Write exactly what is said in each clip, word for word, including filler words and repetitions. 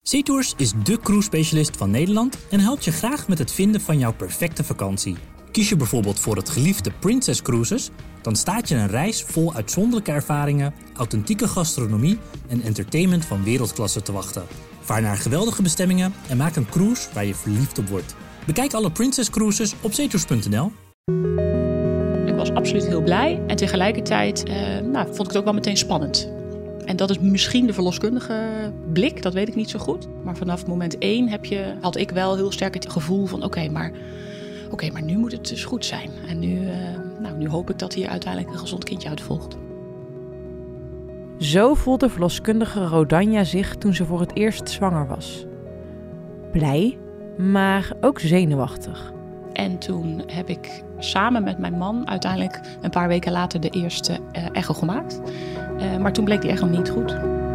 Seatours is dé cruise-specialist van Nederland en helpt je graag met het vinden van jouw perfecte vakantie. Kies je bijvoorbeeld voor het geliefde Princess Cruises, dan staat je een reis vol uitzonderlijke ervaringen, authentieke gastronomie en entertainment van wereldklasse te wachten. Vaar naar geweldige bestemmingen en maak een cruise waar je verliefd op wordt. Bekijk alle Princess Cruises op seatours punt n l. Ik was absoluut heel blij en tegelijkertijd uh, nou, vond ik het ook wel meteen spannend. En dat is misschien de verloskundige blik, dat weet ik niet zo goed. Maar vanaf moment één heb je, had ik wel heel sterk het gevoel van oké, okay, maar, okay, maar nu moet het dus goed zijn. En nu, uh, nou, nu hoop ik dat hier uiteindelijk een gezond kindje uit volgt. Zo voelde verloskundige Rodanja zich toen ze voor het eerst zwanger was. Blij, maar ook zenuwachtig. En toen heb ik samen met mijn man uiteindelijk een paar weken later de eerste uh, echo gemaakt. Uh, maar toen bleek die echo niet goed.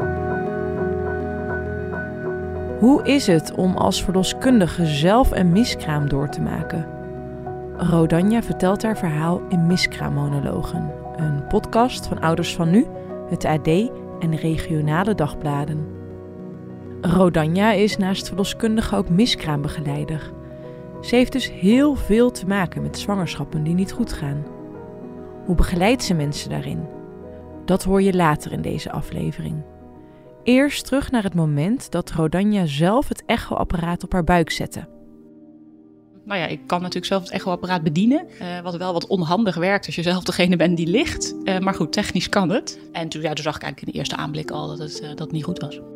Hoe is het om als verloskundige zelf een miskraam door te maken? Rodanja vertelt haar verhaal in Miskraammonologen, een podcast van Ouders van Nu, het A D en de regionale dagbladen. Rodanja is naast verloskundige ook miskraambegeleider. Ze heeft dus heel veel te maken met zwangerschappen die niet goed gaan. Hoe begeleidt ze mensen daarin? Dat hoor je later in deze aflevering. Eerst terug naar het moment dat Rodanja zelf het echoapparaat op haar buik zette. Nou ja, ik kan natuurlijk zelf het echoapparaat bedienen. Uh, wat wel wat onhandig werkt als je zelf degene bent die ligt. Uh, maar goed, technisch kan het. En toen, ja, toen zag ik eigenlijk in de eerste aanblik al dat het, uh, dat het niet goed was.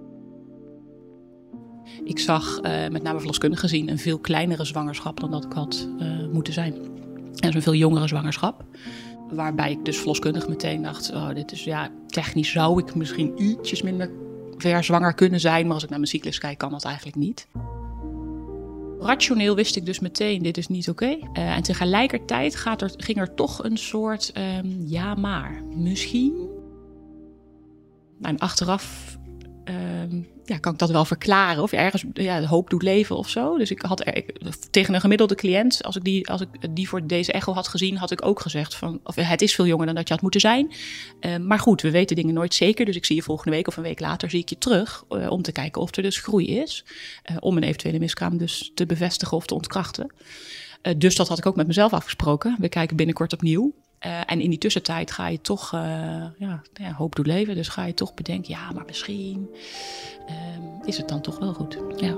Ik zag, uh, met name verloskundig gezien, een veel kleinere zwangerschap dan dat ik had uh, moeten zijn. En dat is een veel jongere zwangerschap. Waarbij ik dus verloskundig meteen dacht, oh, dit is, ja, technisch zou ik misschien ietsjes minder ver zwanger kunnen zijn. Maar als ik naar mijn cyclus kijk, kan dat eigenlijk niet. Rationeel wist ik dus meteen, dit is niet oké. Okay. Uh, en tegelijkertijd gaat er, ging er toch een soort, um, ja maar, misschien. Nou, en achteraf um, ja, kan ik dat wel verklaren. Of ergens ja, de hoop doet leven of zo. Dus ik had er, ik, tegen een gemiddelde cliënt, als ik, die, als ik die voor deze echo had gezien, had ik ook gezegd van, of, het is veel jonger dan dat je had moeten zijn. Uh, maar goed, we weten dingen nooit zeker. Dus ik zie je volgende week of een week later zie ik je terug. Uh, om te kijken of er dus groei is. Uh, om een eventuele miskraam dus te bevestigen of te ontkrachten. Uh, dus dat had ik ook met mezelf afgesproken. We kijken binnenkort opnieuw. Uh, en in die tussentijd ga je toch, uh, ja, ja, hoop doet leven. Dus ga je toch bedenken, ja, maar misschien uh, is het dan toch wel goed. Ja.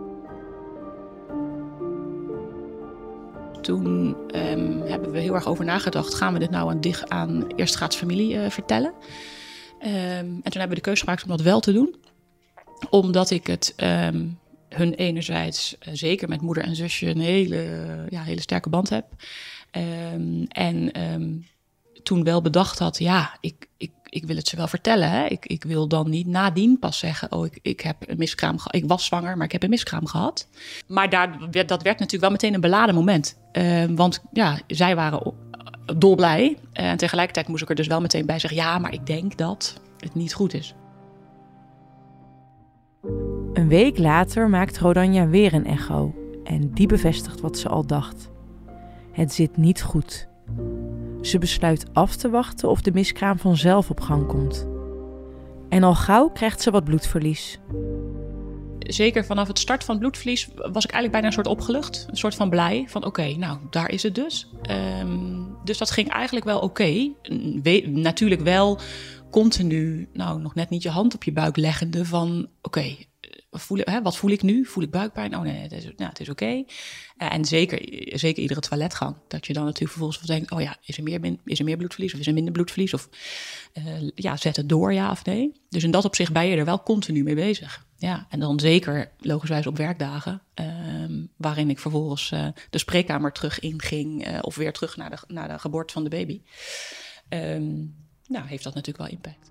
Toen um, hebben we heel erg over nagedacht, gaan we dit nou aan, dig- aan eerstgraadsfamilie uh, vertellen? Um, en toen hebben we de keuze gemaakt om dat wel te doen. Omdat ik het um, hun enerzijds, uh, zeker met moeder en zusje, een hele, uh, ja, hele sterke band heb. Um, en um, toen wel bedacht had, ja, ik, ik, ik wil het ze wel vertellen. Hè? Ik, ik wil dan niet nadien pas zeggen, oh, ik, ik heb een miskraam gehad. Ik was zwanger, maar ik heb een miskraam gehad. Maar daar, dat werd natuurlijk wel meteen een beladen moment. Uh, want ja, zij waren dolblij. Uh, en tegelijkertijd moest ik er dus wel meteen bij zeggen, ja, maar ik denk dat het niet goed is. Een week later maakt Rodanja weer een echo. En die bevestigt wat ze al dacht. Het zit niet goed. Ze besluit af te wachten of de miskraam vanzelf op gang komt. En al gauw krijgt ze wat bloedverlies. Zeker vanaf het start van het bloedverlies was ik eigenlijk bijna een soort opgelucht. Een soort van blij. Van oké, okay, nou, daar is het dus. Um, dus dat ging eigenlijk wel oké. Okay. We- natuurlijk wel continu, nou, nog net niet je hand op je buik leggende van oké, okay, Voel, hè, wat voel ik nu? Voel ik buikpijn? Oh nee, het is, nou, het is oké. Okay. Uh, en zeker, zeker iedere toiletgang. Dat je dan natuurlijk vervolgens denkt, oh ja, is er meer, is er meer bloedverlies of is er minder bloedverlies? Of uh, ja, zet het door, ja of nee? Dus in dat opzicht ben je er wel continu mee bezig. Ja, en dan zeker logischwijs op werkdagen. Uh, waarin ik vervolgens uh, de spreekkamer terug inging. Uh, of weer terug naar de, naar de geboorte van de baby. Um, nou, heeft dat natuurlijk wel impact.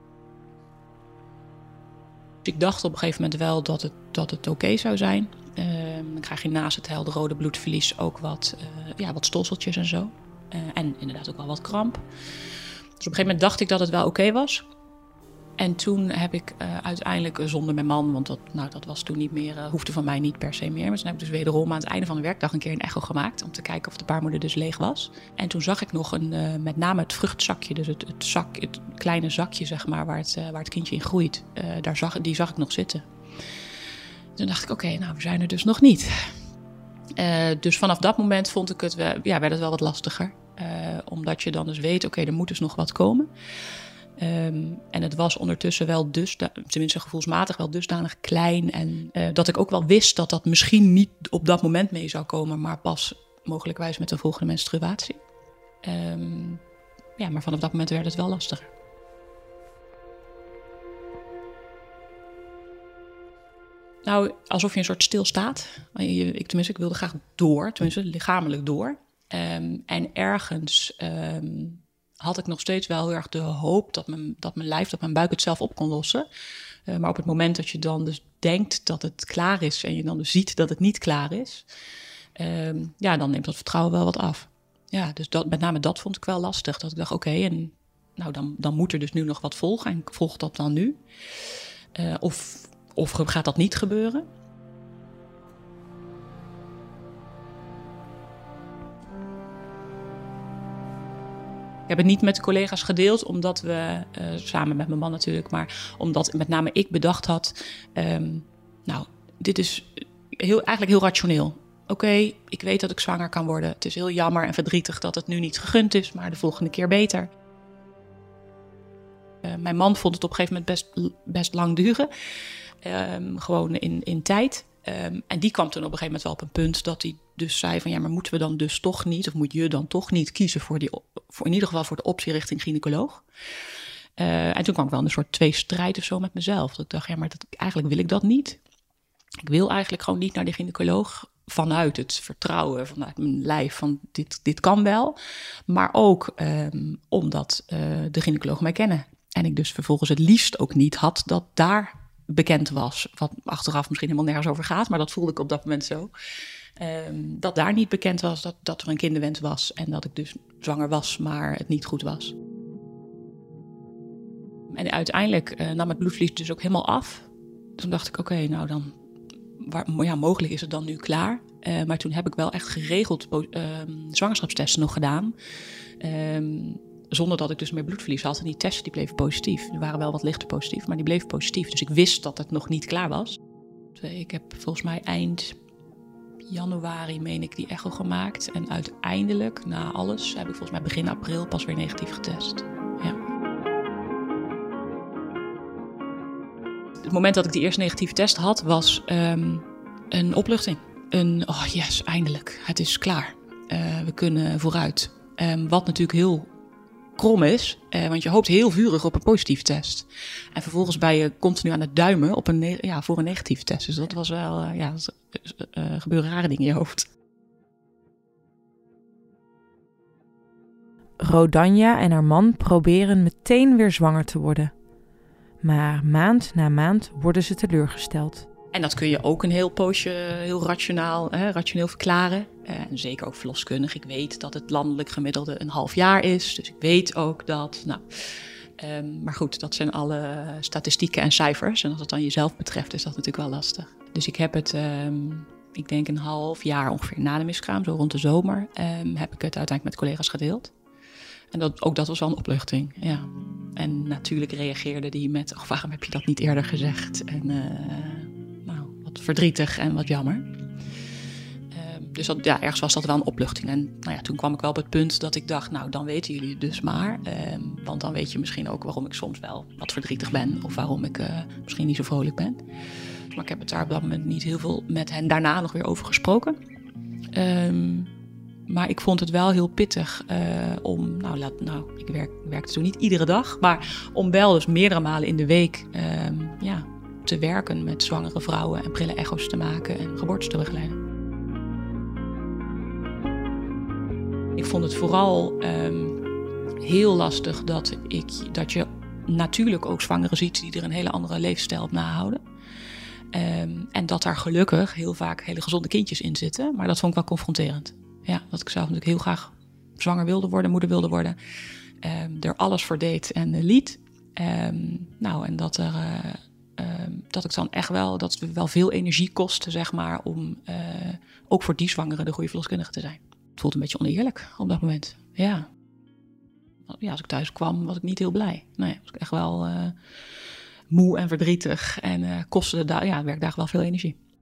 Ik dacht op een gegeven moment wel dat het, dat het oké okay zou zijn. Uh, dan krijg je naast het helde rode bloedverlies ook wat, uh, ja, wat stolseltjes en zo. Uh, en inderdaad ook wel wat kramp. Dus op een gegeven moment dacht ik dat het wel oké okay was. En toen heb ik uh, uiteindelijk zonder mijn man, want dat, nou, dat was toen niet meer, uh, hoefde van mij niet per se meer. Maar toen heb ik dus wederom aan het einde van de werkdag een keer een echo gemaakt. Om te kijken of de baarmoeder dus leeg was. En toen zag ik nog een, uh, met name het vruchtzakje, dus het, het, zak, het kleine zakje zeg maar, waar het, uh, waar het kindje in groeit. Uh, daar zag, die zag ik nog zitten. Toen dacht ik, oké, okay, nou, we zijn er dus nog niet. Uh, dus vanaf dat moment vond ik het, ja, werd het wel wat lastiger. Uh, omdat je dan dus weet, oké, okay, er moet dus nog wat komen. Um, en het was ondertussen wel dusdanig, tenminste gevoelsmatig wel dusdanig klein. En uh, dat ik ook wel wist dat dat misschien niet op dat moment mee zou komen, maar pas mogelijkwijs met de volgende menstruatie. Um, ja, maar vanaf dat moment werd het wel lastiger. Nou, alsof je een soort stilstaat. Ik, tenminste, ik wilde graag door, tenminste lichamelijk door. Um, en ergens um, had ik nog steeds wel heel erg de hoop dat mijn, dat mijn lijf, dat mijn buik het zelf op kon lossen. Uh, maar op het moment dat je dan dus denkt dat het klaar is en je dan dus ziet dat het niet klaar is, um, ja, dan neemt dat vertrouwen wel wat af. Ja, dus dat, met name dat vond ik wel lastig. Dat ik dacht, oké, okay, en nou, dan, dan moet er dus nu nog wat volgen. En volgt dat dan nu? Uh, of... Of gaat dat niet gebeuren? Ik heb het niet met de collega's gedeeld, omdat we, uh, samen met mijn man natuurlijk, maar omdat met name ik bedacht had, um, nou, dit is heel, eigenlijk heel rationeel. Oké, okay, ik weet dat ik zwanger kan worden. Het is heel jammer en verdrietig dat het nu niet gegund is, maar de volgende keer beter. Uh, mijn man vond het op een gegeven moment best, best lang duren. Um, gewoon in, in tijd. Um, en die kwam toen op een gegeven moment wel op een punt dat hij dus zei van ja, maar moeten we dan dus toch niet, of moet je dan toch niet kiezen voor die, voor in ieder geval voor de optie richting gynaecoloog. Uh, en toen kwam ik wel in een soort tweestrijd of zo met mezelf. Dat ik dacht, ja, maar dat, eigenlijk wil ik dat niet. Ik wil eigenlijk gewoon niet naar de gynaecoloog vanuit het vertrouwen, vanuit mijn lijf, van dit, dit kan wel. Maar ook um, omdat uh, de gynaecoloog mij kennen. En ik dus vervolgens het liefst ook niet had dat daar bekend was, wat achteraf misschien helemaal nergens over gaat, maar dat voelde ik op dat moment zo. Um, dat daar niet bekend was dat, dat er een kinderwens was en dat ik dus zwanger was, maar het niet goed was. En uiteindelijk uh, nam het bloedverlies dus ook helemaal af. Toen dacht ik, oké, okay, nou dan, waar, ja, mogelijk is het dan nu klaar. Uh, maar toen heb ik wel echt geregeld uh, zwangerschapstesten nog gedaan. Um, Zonder dat ik dus meer bloedverlies had. En die testen die bleven positief. Die waren wel wat lichter positief, maar die bleven positief. Dus ik wist dat het nog niet klaar was. Ik heb volgens mij eind januari, meen ik, die echo gemaakt. En uiteindelijk, na alles, heb ik volgens mij begin april pas weer negatief getest. Ja. Het moment dat ik die eerste negatieve test had, was um, een opluchting. Een, oh yes, eindelijk. Het is klaar. Uh, we kunnen vooruit. Um, wat natuurlijk heel krom is, eh, want je hoopt heel vurig op een positieve test. En vervolgens ben je continu aan het duimen op een ne- ja, voor een negatieve test. Dus dat was wel, uh, ja, dat, uh, gebeuren rare dingen in je hoofd. Rodanja en haar man proberen meteen weer zwanger te worden. Maar maand na maand worden ze teleurgesteld. En dat kun je ook een heel poosje heel rationaal, hè, rationeel verklaren. En zeker ook verloskundig. Ik weet dat het landelijk gemiddelde een half jaar is. Dus ik weet ook dat, nou... Um, maar goed, dat zijn alle statistieken en cijfers. En als het dan jezelf betreft, is dat natuurlijk wel lastig. Dus ik heb het, um, ik denk een half jaar ongeveer na de miskraam, zo rond de zomer, um, heb ik het uiteindelijk met collega's gedeeld. En dat, ook dat was wel een opluchting, ja. En natuurlijk reageerde die met, oh, waarom heb je dat niet eerder gezegd? En uh, nou, wat verdrietig en wat jammer. Dus dat, ja, ergens was dat wel een opluchting. En nou ja, toen kwam ik wel op het punt dat ik dacht, nou, dan weten jullie het dus maar. Eh, want dan weet je misschien ook waarom ik soms wel wat verdrietig ben. Of waarom ik uh, misschien niet zo vrolijk ben. Maar ik heb het daar op dat moment niet heel veel met hen daarna nog weer over gesproken. Um, maar ik vond het wel heel pittig uh, om, nou, laat, nou ik werk, werkte toen niet iedere dag. Maar om wel dus meerdere malen in de week um, ja, te werken met zwangere vrouwen. En prille echo's te maken en geboortes te begeleiden. Ik vond het vooral um, heel lastig dat, ik, dat je natuurlijk ook zwangeren ziet die er een hele andere leefstijl op nahouden. Um, en dat daar gelukkig heel vaak hele gezonde kindjes in zitten. Maar dat vond ik wel confronterend. Ja, dat ik zelf natuurlijk heel graag zwanger wilde worden, moeder wilde worden. Um, er alles voor deed en uh, liet. Um, nou, en dat, er, uh, um, dat ik dan echt wel, dat het wel veel energie kostte, zeg maar, om uh, ook voor die zwangeren de goede verloskundige te zijn. Het voelt een beetje oneerlijk op dat moment. Ja. Ja, als ik thuis kwam, was ik niet heel blij. Nee, was ik echt wel uh, moe en verdrietig. En uh, kostte de da- ja, werkdagen wel veel energie.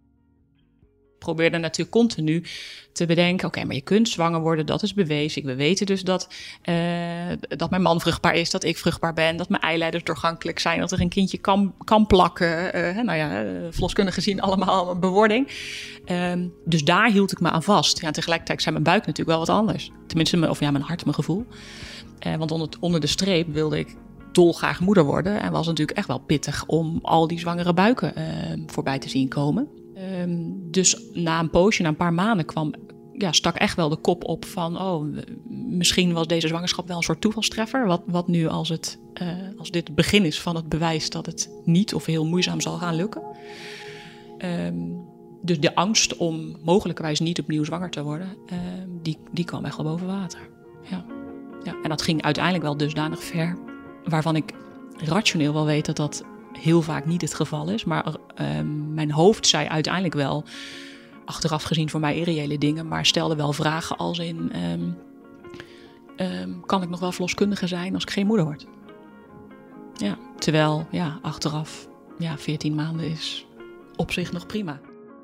probeerde natuurlijk continu te bedenken, oké, okay, maar je kunt zwanger worden, dat is bewezen. We weten dus dat, uh, dat mijn man vruchtbaar is, dat ik vruchtbaar ben, dat mijn eileiders doorgankelijk zijn, dat er een kindje kan, kan plakken. Uh, nou ja, uh, verloskundig gezien allemaal bewording. Um, dus daar hield ik me aan vast. Ja, en tegelijkertijd zei mijn buik natuurlijk wel wat anders. Tenminste, of ja, mijn hart, mijn gevoel. Uh, want onder, onder de streep wilde ik dolgraag moeder worden. En was natuurlijk echt wel pittig om al die zwangere buiken uh, voorbij te zien komen. Um, dus na een poosje, na een paar maanden kwam, ja, stak echt wel de kop op van, oh, misschien was deze zwangerschap wel een soort toevalstreffer. Wat, wat nu als, het, uh, als dit het begin is van het bewijs dat het niet of heel moeizaam zal gaan lukken. Um, dus de angst om mogelijkerwijs niet opnieuw zwanger te worden, uh, die, die kwam echt wel boven water. Ja. Ja, en dat ging uiteindelijk wel dusdanig ver, waarvan ik rationeel wel weet dat dat heel vaak niet het geval is. Maar uh, mijn hoofd zei uiteindelijk wel, achteraf gezien voor mij irreële dingen, maar stelde wel vragen als in, um, um, kan ik nog wel verloskundige zijn als ik geen moeder word? Ja, terwijl, ja, achteraf, ja, veertien maanden is op zich nog prima.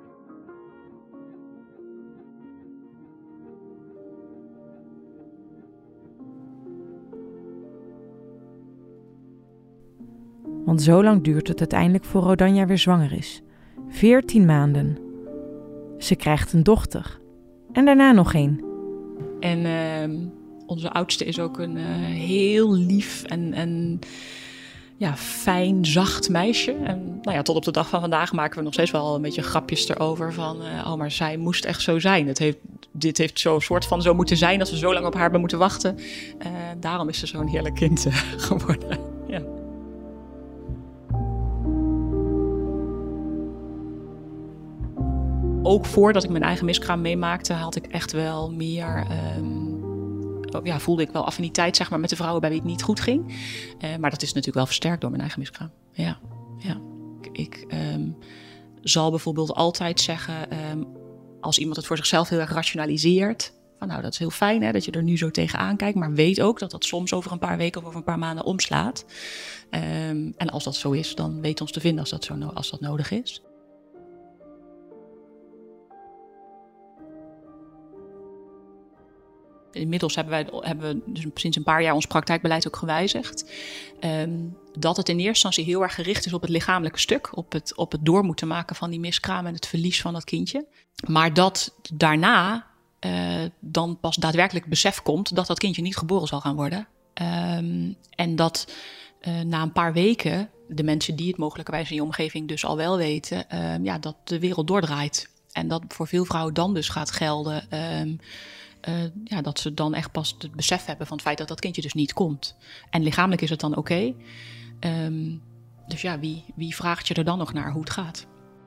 Want zo lang duurt het uiteindelijk voor Rodanja weer zwanger is. veertien maanden. Ze krijgt een dochter. En daarna nog één. En uh, onze oudste is ook een uh, heel lief en, en ja, fijn, zacht meisje. En nou ja, tot op de dag van vandaag maken we nog steeds wel een beetje grapjes erover van, uh, oh, maar zij moest echt zo zijn. Het heeft, dit heeft zo'n soort van zo moeten zijn, dat we zo lang op haar hebben moeten wachten. Uh, daarom is ze zo'n heerlijk kind uh, geworden. Ja. Ook voordat ik mijn eigen miskraam meemaakte, had ik echt wel meer, um, ja, voelde ik wel affiniteit, zeg maar, met de vrouwen bij wie het niet goed ging. Uh, maar dat is natuurlijk wel versterkt door mijn eigen miskraam. Ja, ja. Ik, ik um, zal bijvoorbeeld altijd zeggen, um, als iemand het voor zichzelf heel erg rationaliseert, van nou, dat is heel fijn, hè, dat je er nu zo tegenaan kijkt, maar weet ook dat dat soms over een paar weken of over een paar maanden omslaat. Um, en als dat zo is, dan weet ons te vinden als dat, zo no- als dat nodig is. Inmiddels hebben, wij, hebben we dus sinds een paar jaar ons praktijkbeleid ook gewijzigd. Um, dat het in eerste instantie heel erg gericht is op het lichamelijke stuk. Op het, op het door moeten maken van die miskraam en het verlies van dat kindje. Maar dat daarna uh, dan pas daadwerkelijk besef komt dat dat kindje niet geboren zal gaan worden. Um, en dat uh, na een paar weken de mensen die het mogelijkerwijs in je omgeving dus al wel weten, uh, ja, dat de wereld doordraait. En dat voor veel vrouwen dan dus gaat gelden, Um, Uh, ja, dat ze dan echt pas het besef hebben van het feit dat dat kindje dus niet komt. En lichamelijk is het dan oké. Okay. Um, dus ja, wie, wie vraagt je er dan nog naar hoe het gaat?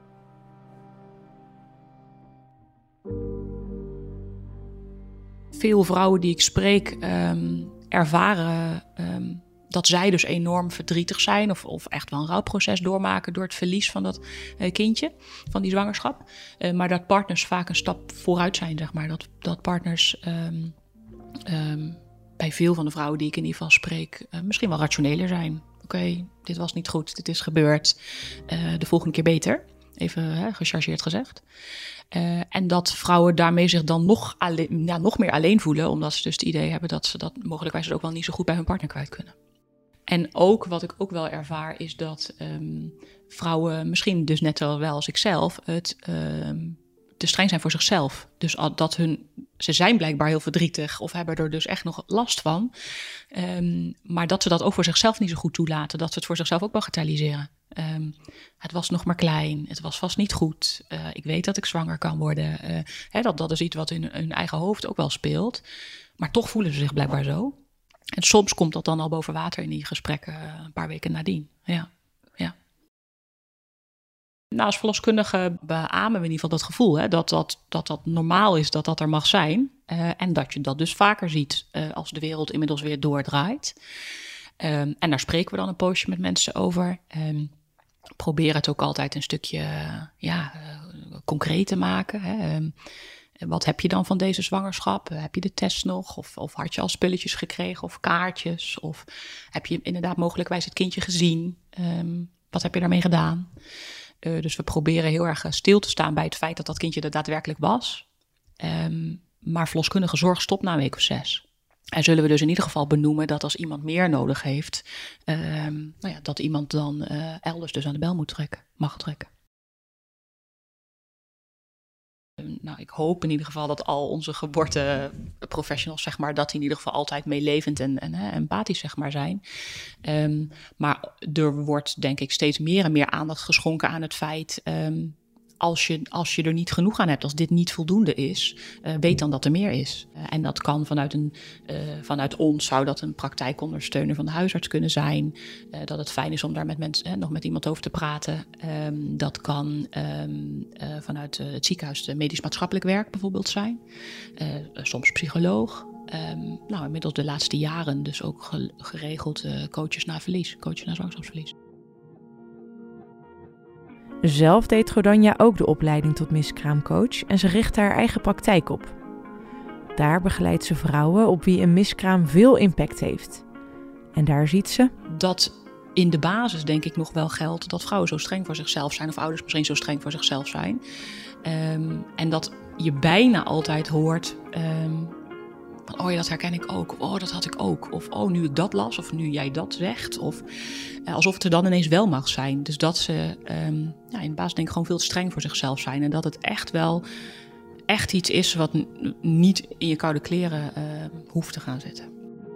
Veel vrouwen die ik spreek um, ervaren um, dat zij dus enorm verdrietig zijn of, of echt wel een rouwproces doormaken door het verlies van dat uh, kindje, van die zwangerschap. Uh, maar dat partners vaak een stap vooruit zijn, zeg maar. Dat, dat partners um, um, bij veel van de vrouwen die ik in ieder geval spreek, uh, misschien wel rationeler zijn. Oké, okay, dit was niet goed, dit is gebeurd. Uh, de volgende keer beter. Even uh, gechargeerd gezegd. Uh, en dat vrouwen daarmee zich dan nog, alleen, ja, nog meer alleen voelen, omdat ze dus het idee hebben dat ze dat mogelijkwijs ook wel niet zo goed bij hun partner kwijt kunnen. En ook, wat ik ook wel ervaar, is dat um, vrouwen, misschien dus net wel als ik zelf, het um, te streng zijn voor zichzelf. Dus dat hun, ze zijn blijkbaar heel verdrietig of hebben er dus echt nog last van. Um, maar dat ze dat ook voor zichzelf niet zo goed toelaten. Dat ze het voor zichzelf ook bagatelliseren. Um, het was nog maar klein, het was vast niet goed. Uh, ik weet dat ik zwanger kan worden. Uh, hè, dat, dat is iets wat in hun eigen hoofd ook wel speelt. Maar toch voelen ze zich blijkbaar zo. En soms komt dat dan al boven water in die gesprekken een paar weken nadien. Ja, ja. Nou, als verloskundige beamen we in ieder geval dat gevoel, hè, dat, dat, dat dat normaal is, dat dat er mag zijn. Uh, en dat je dat dus vaker ziet uh, als de wereld inmiddels weer doordraait. Um, en daar spreken we dan een poosje met mensen over. Um, probeer het ook altijd een stukje uh, ja, uh, concreet te maken. Hè. Um, Wat heb je dan van deze zwangerschap? Heb je de test nog? Of, of had je al spulletjes gekregen of kaartjes? Of heb je inderdaad mogelijkwijs het kindje gezien? Um, wat heb je daarmee gedaan? Uh, dus we proberen heel erg stil te staan bij het feit dat dat kindje er daadwerkelijk was. Um, maar verloskundige zorg stopt na een week of zes. En zullen we dus in ieder geval benoemen dat als iemand meer nodig heeft, um, nou ja, dat iemand dan uh, elders dus aan de bel moet trekken, mag trekken. Nou, ik hoop in ieder geval dat al onze geboorteprofessionals, zeg maar, dat die in ieder geval altijd meelevend en, en hè, empathisch, zeg maar, zijn. Um, maar er wordt, denk ik, steeds meer en meer aandacht geschonken aan het feit, um, als je, als je er niet genoeg aan hebt, als dit niet voldoende is, uh, weet dan dat er meer is. Uh, en dat kan vanuit, een, uh, vanuit ons, zou dat een praktijkondersteuner van de huisarts kunnen zijn. Uh, dat het fijn is om daar met mensen, eh, nog met iemand over te praten. Um, dat kan um, uh, vanuit uh, het ziekenhuis de medisch-maatschappelijk werk bijvoorbeeld zijn. Uh, soms psycholoog. Um, nou, inmiddels de laatste jaren dus ook ge- geregeld uh, coaches na verlies, coaches na zwangerschapsverlies. Zelf deed Rodanja ook de opleiding tot miskraamcoach en ze richt haar eigen praktijk op. Daar begeleidt ze vrouwen op wie een miskraam veel impact heeft. En daar ziet ze dat in de basis denk ik nog wel geldt dat vrouwen zo streng voor zichzelf zijn, of ouders misschien zo streng voor zichzelf zijn. Um, en dat je bijna altijd hoort, um, oh ja, dat herken ik ook. Of oh, dat had ik ook. Of oh, nu ik dat las. Of nu jij dat zegt. Of eh, alsof het er dan ineens wel mag zijn. Dus dat ze um, ja, in de basis denk ik gewoon veel te streng voor zichzelf zijn. En dat het echt wel echt iets is wat n- niet in je koude kleren uh, hoeft te gaan zitten.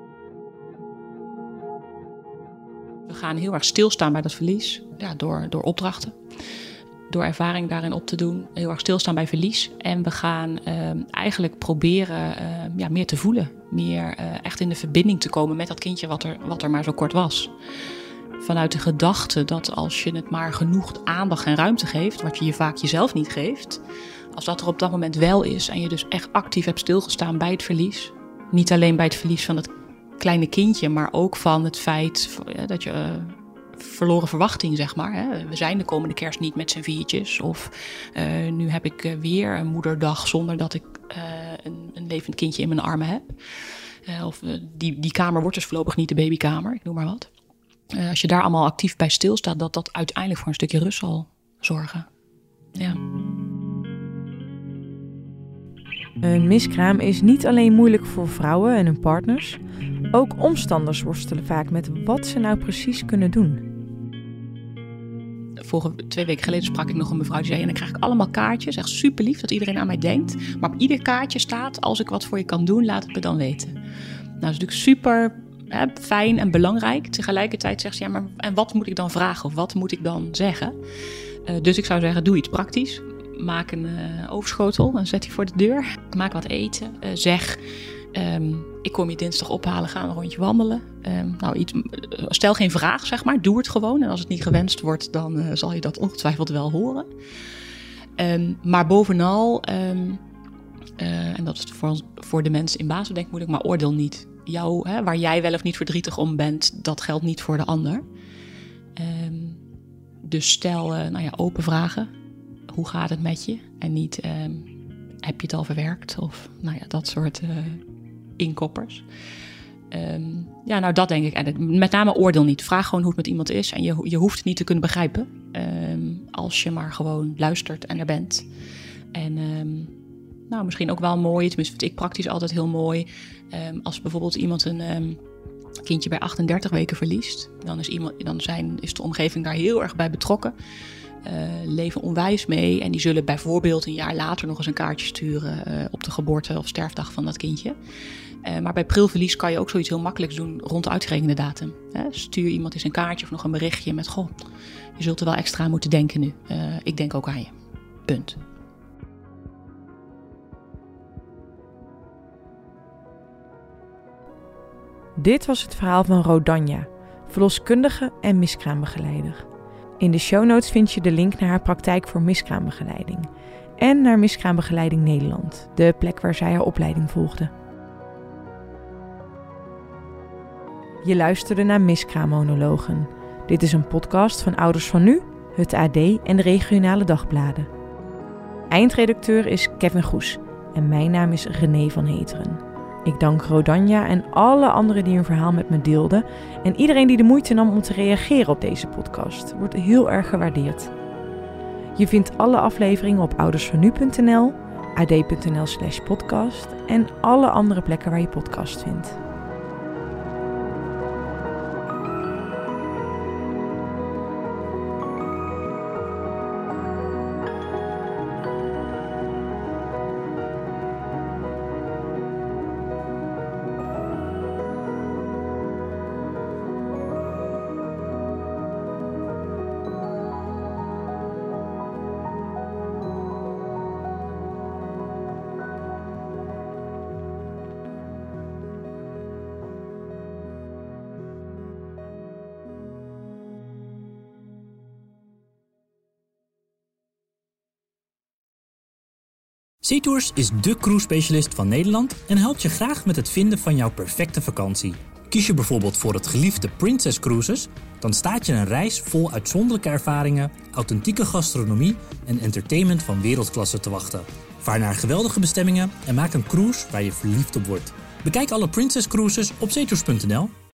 We gaan heel erg stilstaan bij dat verlies. Ja, door, door opdrachten. Door ervaring daarin op te doen, heel erg stilstaan bij verlies. En we gaan uh, eigenlijk proberen uh, ja, meer te voelen. Meer uh, echt in de verbinding te komen met dat kindje wat er, wat er maar zo kort was. Vanuit de gedachte dat als je het maar genoeg aandacht en ruimte geeft, wat je je vaak jezelf niet geeft, als dat er op dat moment wel is en je dus echt actief hebt stilgestaan bij het verlies. Niet alleen bij het verlies van het kleine kindje, maar ook van het feit ja, dat je... Uh, verloren verwachting, zeg maar. Hè. We zijn de komende kerst niet met z'n viertjes. Of uh, nu heb ik uh, weer een moederdag zonder dat ik uh, een, een levend kindje in mijn armen heb. Uh, of uh, die, die kamer wordt dus voorlopig niet de babykamer, ik noem maar wat. Uh, als je daar allemaal actief bij stilstaat, dat dat uiteindelijk voor een stukje rust zal zorgen. Ja. Een miskraam is niet alleen moeilijk voor vrouwen en hun partners. Ook omstanders worstelen vaak met wat ze nou precies kunnen doen. Vorige twee weken geleden sprak ik nog een mevrouw die zei... en dan krijg ik allemaal kaartjes, echt super lief dat iedereen aan mij denkt. Maar op ieder kaartje staat, als ik wat voor je kan doen, laat het me dan weten. Nou, dat is natuurlijk super hè, fijn en belangrijk. Tegelijkertijd zegt ze, ja, maar en wat moet ik dan vragen of wat moet ik dan zeggen? Uh, dus ik zou zeggen, doe iets praktisch. Maak een uh, overschotel en zet die voor de deur. Maak wat eten. Uh, zeg... Um, ik kom je dinsdag ophalen, gaan een rondje wandelen. Um, nou, iets, stel geen vraag, zeg maar. Doe het gewoon. En als het niet gewenst wordt, dan uh, zal je dat ongetwijfeld wel horen. Um, maar bovenal, um, uh, en dat is voor, voor de mensen in basis denk ik moeilijk, maar oordeel niet. Jou, hè, waar jij wel of niet verdrietig om bent, dat geldt niet voor de ander. Um, dus stel uh, nou ja, open vragen. Hoe gaat het met je? En niet, um, heb je het al verwerkt? Of nou ja, dat soort... Uh, inkoppers. Um, ja, nou dat denk ik. En met name oordeel niet. Vraag gewoon hoe het met iemand is. En je, je hoeft het niet te kunnen begrijpen. Um, als je maar gewoon luistert en er bent. En um, nou, misschien ook wel mooi. Tenminste vind ik praktisch altijd heel mooi. Um, als bijvoorbeeld iemand een um, kindje bij achtendertig weken verliest. Dan, is, iemand, dan zijn, is de omgeving daar heel erg bij betrokken. Uh, leven onwijs mee. En die zullen bijvoorbeeld een jaar later nog eens een kaartje sturen uh, op de geboorte- of sterfdag van dat kindje. Uh, maar bij prilverlies kan je ook zoiets heel makkelijks doen rond de uitgerekende datum. Hè? Stuur iemand eens een kaartje of nog een berichtje met... goh, je zult er wel extra aan moeten denken nu. Uh, ik denk ook aan je. Punt. Dit was het verhaal van Rodanja, verloskundige en miskraambegeleider. In de show notes vind je de link naar haar praktijk voor miskraambegeleiding. En naar Miskraambegeleiding Nederland, de plek waar zij haar opleiding volgde. Je luisterde naar Miskraammonologen. Dit is een podcast van Ouders van Nu, het A D en de regionale dagbladen. Eindredacteur is Kevin Goes en mijn naam is René van Heteren. Ik dank Rodanja en alle anderen die hun verhaal met me deelden. En iedereen die de moeite nam om te reageren op deze podcast. Wordt heel erg gewaardeerd. Je vindt alle afleveringen op oudersvanu punt n l, a d punt n l slash podcast en alle andere plekken waar je podcast vindt. SeaTours is dé cruise-specialist van Nederland en helpt je graag met het vinden van jouw perfecte vakantie. Kies je bijvoorbeeld voor het geliefde Princess Cruises, dan staat je een reis vol uitzonderlijke ervaringen, authentieke gastronomie en entertainment van wereldklasse te wachten. Vaar naar geweldige bestemmingen en maak een cruise waar je verliefd op wordt. Bekijk alle Princess Cruises op SeaTours punt n l.